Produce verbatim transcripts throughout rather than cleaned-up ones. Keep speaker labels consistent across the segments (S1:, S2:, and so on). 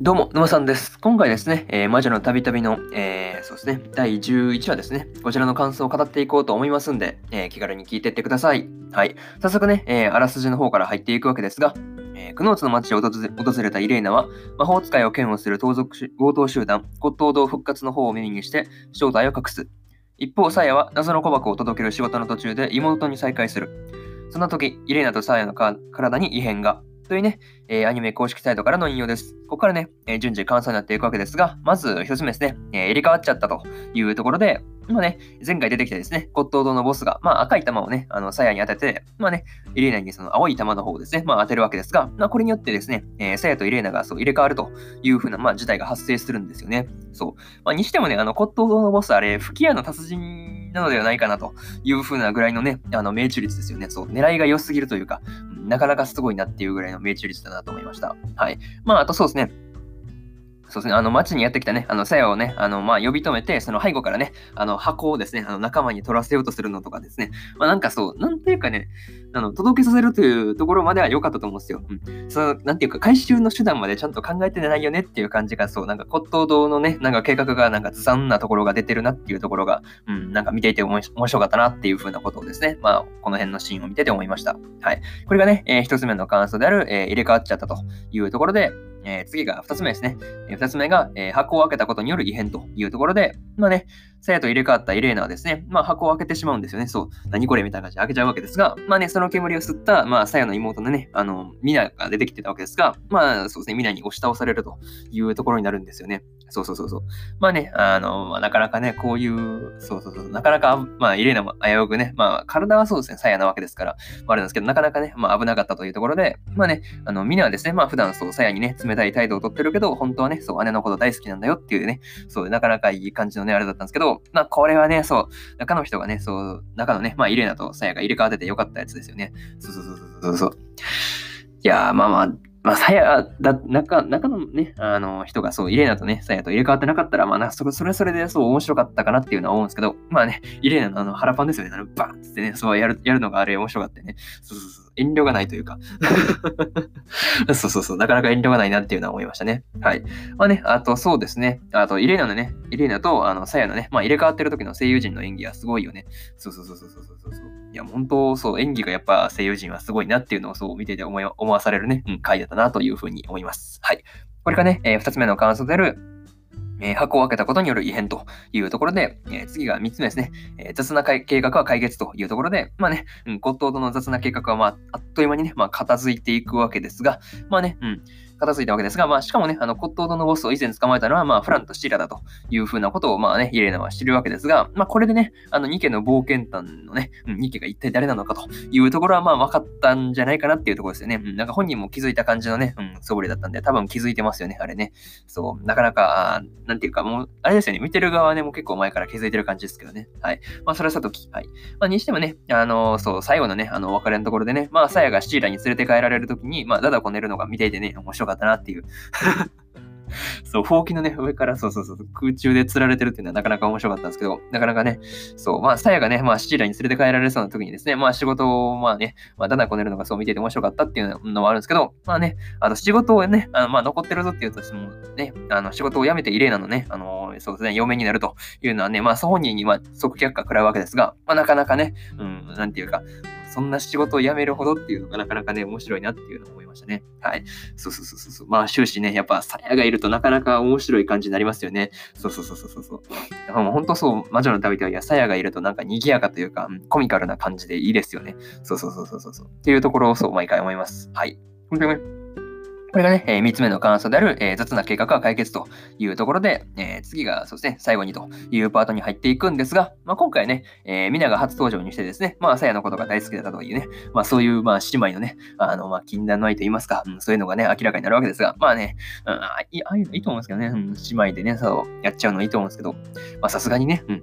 S1: どうも、沼さんです。今回ですね、えー魔女のたびたびの、えーそうですね、だいじゅういちわですね、こちらの感想を語っていこうと思いますんで、えー気軽に聞いていってください。はい。早速ね、えーあらすじの方から入っていくわけですが、えークノーツの町を訪れ訪れたイレーナは、魔法使いを嫌悪する盗賊し強盗集団、骨董堂復活の方を耳にして正体を隠す。一方、サヤは謎の小箱を届ける仕事の途中で妹に再会する。そんな時、イレーナとサーヤのか体に異変が。というね、えーアニメ公式サイトからの引用です。ここからね、えー順次感想になっていくわけですが、まず一つ目ですね、えー入れ替わっちゃったというところで、まあね、前回出てきたですね、骨董堂のボスが、まあ赤い玉をね、あの、サヤに当てて、まあね、イレーナにその青い玉の方をですね、まあ当てるわけですが、まあこれによってですね、えーサヤとイレーナがそう入れ替わるというふうな、まあ事態が発生するんですよね。そう。まあにしてもね、あの骨董堂のボス、あれ、吹き矢の達人なのではないかなというふうなぐらいのね、あの命中率ですよね。そう、狙いが良すぎるというか、なかなかすごいなっていうぐらいの命中率だなと思いました。はい。まあ、あとそうですね。そうですね。あの、街にやってきたね、あの、サヤをね、あの、まあ、呼び止めて、その背後からね、あの、箱をですね、あの、仲間に取らせようとするのとかですね。まあ、なんかそう、なんていうかね、あの、届けさせるというところまでは良かったと思うんですよ。うん。その、なんていうか、回収の手段までちゃんと考えてないよねっていう感じが、そう、なんか骨董堂のね、なんか計画がなんかずさんなところが出てるなっていうところが、うん、なんか見ていて面白かったなっていう風なことをですね、まあ、この辺のシーンを見てて思いました。はい。これがね、えー一つ目の感想である、えー入れ替わっちゃったというところで、えー次が二つ目ですね。えー二つ目が、えー箱を開けたことによる異変というところで、まあね、サヤと入れ替わったイレーナはですね、まあ箱を開けてしまうんですよね。そう、何これみたいな感じで開けちゃうわけですが、まあね、その煙を吸った、まあ、サヤの妹のね、あの、ミナが出てきてたわけですが、まあそうですね、ミナに押し倒されるというところになるんですよね。そうそうそうそう。まあね、あの、まあ、なかなかね、こういう、そうそうそう、なかなか、まあ、イレーナも危うくね、まあ、体はそうですね、サヤなわけですから、まあ、あるんですけど、なかなかね、まあ、危なかったというところで、まあね、あの、ミナはですね、まあ、普段そう、サヤにね、冷たい態度をとってるけど、本当はね、そう、姉のこと大好きなんだよっていうね、そう、なかなかいい感じのね、あれだったんですけど、まあ、これはね、そう、中の人がね、そう、中のね、まあ、イレーナとサヤが入れ替わっててよかったやつですよね。そうそうそうそうそう。いやー、まあまあ、まあ、さや、だ、中、中のね、あの、人がそう、イレーナとね、さやと入れ替わってなかったら、まあな、それ、それそれでそう、面白かったかなっていうのは思うんですけど、まあね、イレーナのあの、腹パンですよね。あの、バーンってね、そう、やる、やるのがあれ面白かったよね。そうそうそう、遠慮がないというか。そうそうそう、なかなか遠慮がないなっていうのは思いましたね。はい。まあね、あとそうですね、あと、イレーナのね、イレーナと、あの、さやのね、まあ入れ替わってる時の声優陣の演技はすごいよね。そうそうそうそうそうそうそう。いや、本当、そう、演技がやっぱ声優陣はすごいなっていうのをそう見てて思い思わされるね、うん、回だったなというふうに思います。はい。これがね、えー、ふたつめの感想である、えー箱を開けたことによる異変というところで、えー次がみっつめですね、えー雑な計画は解決というところで、まあね、うん、骨董との雑な計画は、まあ、あっという間にね、まあ、片付いていくわけですが、まあね、うん、片付いたわけですが、まあ、しかもね、あの骨董堂のボスを以前捕まえたのは、まあ、フランとシーラだというふうなことを、まあね、イレーナは知るわけですが、まあ、これでね、あの、ニケの冒険団のね、うん、ニケが一体誰なのかというところは、まあ、分かったんじゃないかなっていうところですよね。うん、なんか本人も気づいた感じのね、うん、素振りだったんで、多分気づいてますよね、あれね。そう、なかなか、あーなんていうか、もう、あれですよね、見てる側はね、もう結構前から気づいてる感じですけどね。はい。まあ、それはさとき、はい。まあ、にしてもね、あのーそう、最後のね、あの、お別れのところでね、まあ、サヤがシーラに連れて帰られるときに、まあ、ダダこねるのが見ていてね、面白かったなっていうそう、ほうきのね、上からそうそうそう、空中で釣られてるっていうのはなかなか面白かったんですけど、なかなかね、そう、まあ、サヤがね、まあ、シーラに連れて帰られそうな時にですね、まあ、仕事を、まあね、まあ、だだこねるのがそう見てて面白かったっていうのもあるんですけど、まあね、あの、仕事をね、あのまあ、残ってるぞっていうとしてもね、あの、仕事を辞めてイレーナのね、あの、そうですね、嫁になるというのはね、まあ、本人には即却下食らうわけですが、まあ、なかなかね、うん、なんていうか、そんな仕事を辞めるほどっていうのがなかなかね、面白いなっていうのを思いましたね。はい。そうそうそうそう。まあ終始ね、やっぱ鞘がいるとなかなか面白い感じになりますよね。そうそうそうそうそう。だからもう本当そう、魔女の旅とはいや、鞘がいるとなんか賑やかというか、うん、コミカルな感じでいいですよね。そうそうそうそうそう。っていうところをそう、毎回思います。はい。本当にね、これがね、えー、みっつめの感想である、えー雑な計画は解決というところで、えー次がそうですね、最後にというパートに入っていくんですが、まあ、今回ね、えー、ミナが初登場にしてですね、まあ、サヤのことが大好きだったというね、まあ、そういう、まあ、姉妹のね、あの、まあ、禁断の愛と言いますか、うん、そういうのがね、明らかになるわけですが、まあね、うん、あいいああいうのいいと思うんですけどね、うん、姉妹でね、そう、やっちゃうのいいと思うんですけど、まあ、さすがにね、うん、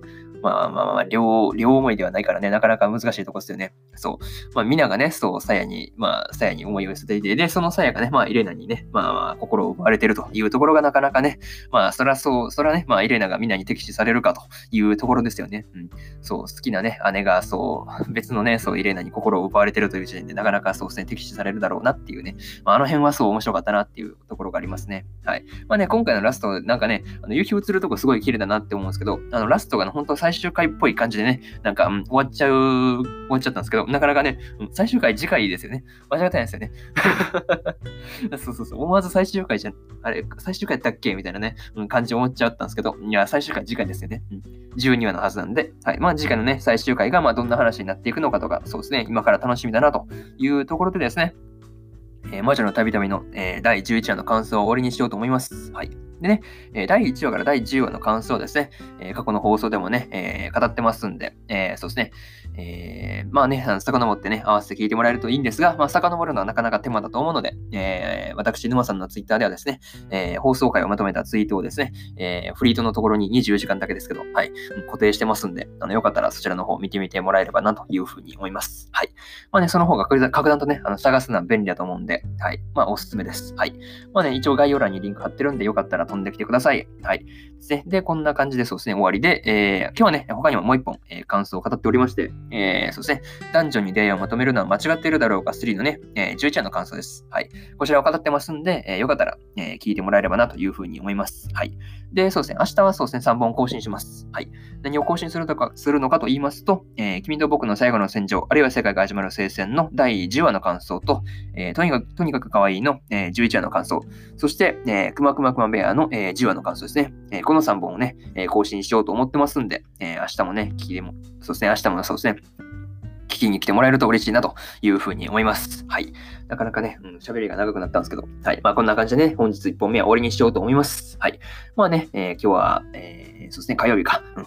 S1: まあまあまあ、両、両思いではないからね、なかなか難しいとこですよね。そう。まあ、ミナがね、そう、サヤに、まあ、サヤに思いを寄せていて、で、そのサヤがね、まあ、イレナにね、まあまあ、心を奪われてるというところがなかなかね、まあ、そらそう、そらね、まあ、イレナがミナに敵視されるかというところですよね。うん。そう、好きなね、姉が、そう、別のね、そう、イレナに心を奪われてるという時点で、なかなかそうですね、敵視されるだろうなっていうね、まあ、あの辺はそう面白かったなっていうところがありますね。はい。まあね、今回のラスト、なんかね、あの夕日映るとこすごい綺麗だなって思うんですけど、あの、ラストがね、本当最終回っぽい感じでね、なんか、うん、終わっちゃう、終わっちゃったんですけど、なかなかね、うん、最終回次回ですよね。間違ってないですよね。そうそうそう、思わず最終回じゃん、あれ、最終回だっけみたいなね、うん、感じ思っちゃったんですけど、いや、最終回次回ですよね。うん、じゅうにわのはずなんで、はい。まあ次回のね、最終回が、まあどんな話になっていくのかとか、そうですね、今から楽しみだなというところでですね、えー、魔女のたびたびの、えー、だいじゅういちわの感想を終わりにしようと思います。はい。でね、えー、だいいちわからだいじゅうわの感想をですね、えー、過去の放送でもね、えー、語ってますんで、えー、そうですね、えー、まあね、あの遡ってね、合わせて聞いてもらえるといいんですが、まあ、遡るのはなかなか手間だと思うので、えー、私、沼さんのツイッターではですね、えー、放送回をまとめたツイートをですね、えー、フリートのところににじゅうよじかんだけですけど、はい、固定してますんで、あのよかったらそちらの方を見てみてもらえればなというふうに思います。はい。まあね、その方が格段とね、あの探すのは便利だと思うんで、はい。まあ、おすすめです。はい。まあね、一応概要欄にリンク貼ってるんで、よかったら飛んできてください。はい。ですね。で、こんな感じでそうですね、終わりで、えー、今日はね、他にももう一本、えー、感想を語っておりまして、えー、そうですね、男女に出会いをまとめるのは間違っているだろうかスリーのね、えー、じゅういちわの感想です。はい。こちらを語ってますんで、えー、よかったら、えー、聞いてもらえればなというふうに思います。はい。で、そうですね、明日はそうですね、さんぼん更新します。はい。何を更新するのかするのかと言いますと、えー、君と僕の最後の戦場、あるいは世界が始まる聖戦のだいじゅうわの感想と、えー、とにかく、とにかく可愛いの、えー、じゅういちわの感想、そして、えー、くまくまくまベアの、えー、じゅうわの感想ですね。えー、このさんぼんをね、えー、更新しようと思ってますんで、えー、明日もね、聞きでも、そうですね、明日もそうですね、聞きに来てもらえると嬉しいなというふうに思います。はい。なかなかね、うん、喋りが長くなったんですけど、はい。まあ、こんな感じでね、本日いっぽんめは終わりにしようと思います。はい。まあね、えー、今日は、えー、そうですね、火曜日か。うん。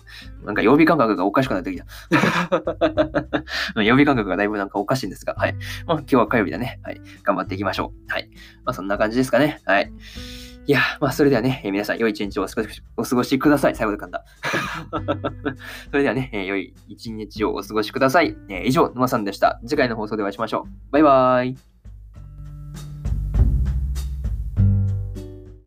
S1: なんか曜日感覚がおかしくなってきた。曜日感覚がだいぶなんかおかしいんですが、はい。まあ、今日は火曜日だね。はい。頑張っていきましょう。はい。まあ、そんな感じですかね。はい。いや、まあ、それではね、えー、皆さん、良い一日をお過ごしお過ごしください。最後で噛んだ。それではね、えー、良い一日をお過ごしください。えー、以上、沼さんでした。次回の放送でお会いしましょう。バイバーイ。